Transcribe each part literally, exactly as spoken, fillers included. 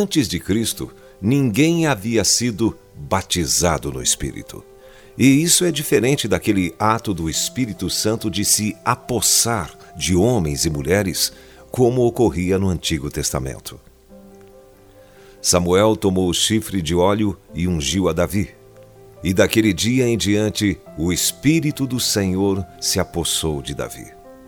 antes de Cristo, ninguém havia sido batizado no Espírito. E isso é diferente daquele ato do Espírito Santo de se apossar de homens e mulheres, como ocorria no Antigo Testamento. Samuel tomou o chifre de óleo e ungiu a Davi. E daquele dia em diante, o Espírito do Senhor se apossou de Davi.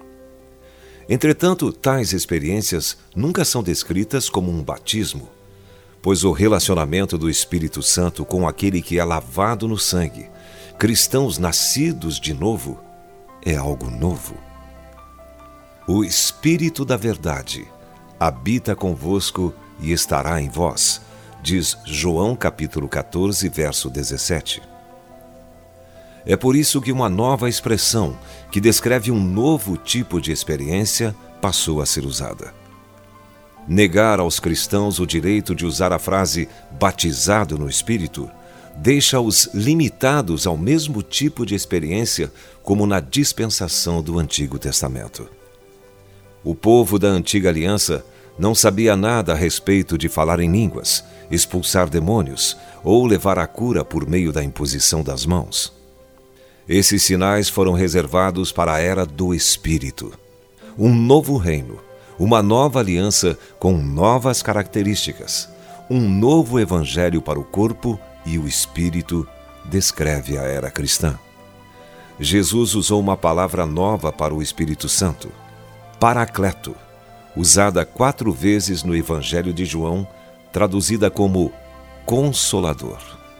Entretanto, tais experiências nunca são descritas como um batismo, pois o relacionamento do Espírito Santo com aquele que é lavado no sangue, cristãos nascidos de novo, é algo novo. O Espírito da Verdade habita convosco e estará em vós, diz João capítulo catorze, verso dezessete. É por isso que uma nova expressão, que descreve um novo tipo de experiência, passou a ser usada. Negar aos cristãos o direito de usar a frase batizado no Espírito deixa-os limitados ao mesmo tipo de experiência como na dispensação do Antigo Testamento. O povo da Antiga Aliança não sabia nada a respeito de falar em línguas, expulsar demônios ou levar a cura por meio da imposição das mãos. Esses sinais foram reservados para a era do Espírito. Um novo reino, uma nova aliança com novas características, um novo evangelho para o corpo e o Espírito descreve a era cristã. Jesus usou uma palavra nova para o Espírito Santo, Paracleto, usada quatro vezes no Evangelho de João, traduzida como Consolador.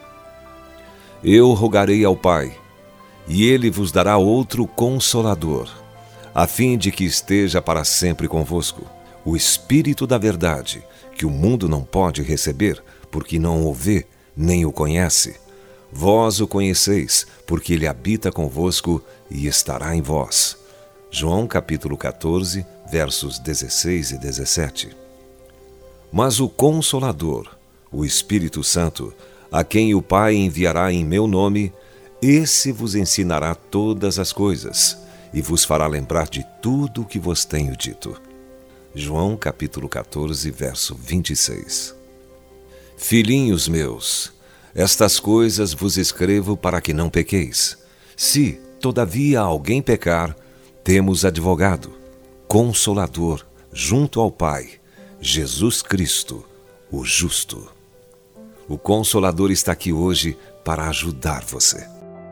Eu rogarei ao Pai, e Ele vos dará outro Consolador, a fim de que esteja para sempre convosco, o Espírito da Verdade, que o mundo não pode receber, porque não o vê, nem o conhece. Vós o conheceis, porque Ele habita convosco e estará em vós. João capítulo catorze, versos dezesseis e dezessete. Mas o Consolador, o Espírito Santo, a quem o Pai enviará em meu nome, esse vos ensinará todas as coisas e vos fará lembrar de tudo o que vos tenho dito. João capítulo catorze, verso vinte e seis. Filhinhos meus, estas coisas vos escrevo para que não pequeis. Se, todavia, alguém pecar, temos advogado, Consolador, junto ao Pai, Jesus Cristo, o justo. O Consolador está aqui hoje para ajudar você.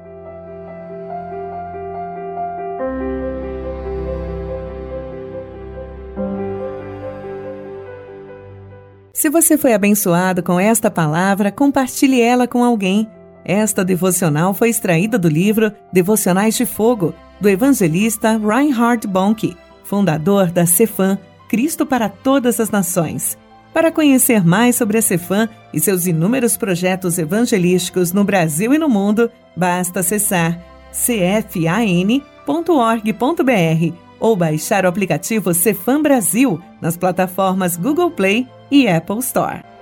Se você foi abençoado com esta palavra, compartilhe ela com alguém. Esta devocional foi extraída do livro Devocionais de Fogo, do evangelista Reinhard Bonnke, fundador da Cefam, Cristo para Todas as Nações. Para conhecer mais sobre a Cefam e seus inúmeros projetos evangelísticos no Brasil e no mundo, basta acessar c f a n ponto org ponto b r ou baixar o aplicativo Cefam Brasil nas plataformas Google Play e Apple Store.